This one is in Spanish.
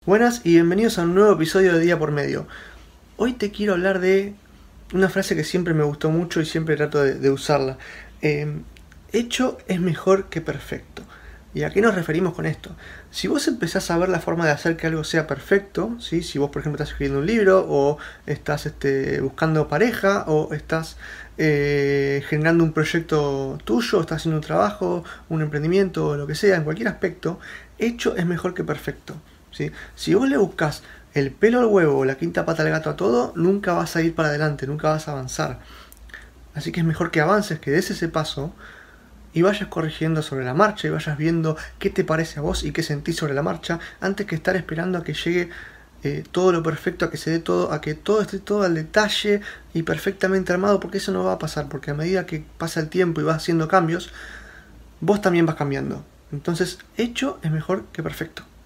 Buenas y bienvenidos a un nuevo episodio de Día por Medio. Hoy te quiero hablar de una frase que siempre me gustó mucho y siempre trato de usarla. Hecho es mejor que perfecto. ¿Y a qué nos referimos con esto? Si vos empezás a ver la forma de hacer que algo sea perfecto, ¿sí? Si vos por ejemplo estás escribiendo un libro o estás buscando pareja o estás generando un proyecto tuyo, estás haciendo un trabajo, un emprendimiento o lo que sea, en cualquier aspecto, hecho es mejor que perfecto. ¿Sí? Si vos le buscas el pelo al huevo o la quinta pata al gato a todo, nunca vas a ir para adelante, nunca vas a avanzar. Así que es mejor que avances, que des ese paso y vayas corrigiendo sobre la marcha y vayas viendo qué te parece a vos y qué sentís sobre la marcha antes que estar esperando a que llegue todo lo perfecto, a que se dé todo, a que todo esté todo al detalle y perfectamente armado, porque eso no va a pasar, porque a medida que pasa el tiempo y vas haciendo cambios, vos también vas cambiando. Entonces, hecho es mejor que perfecto.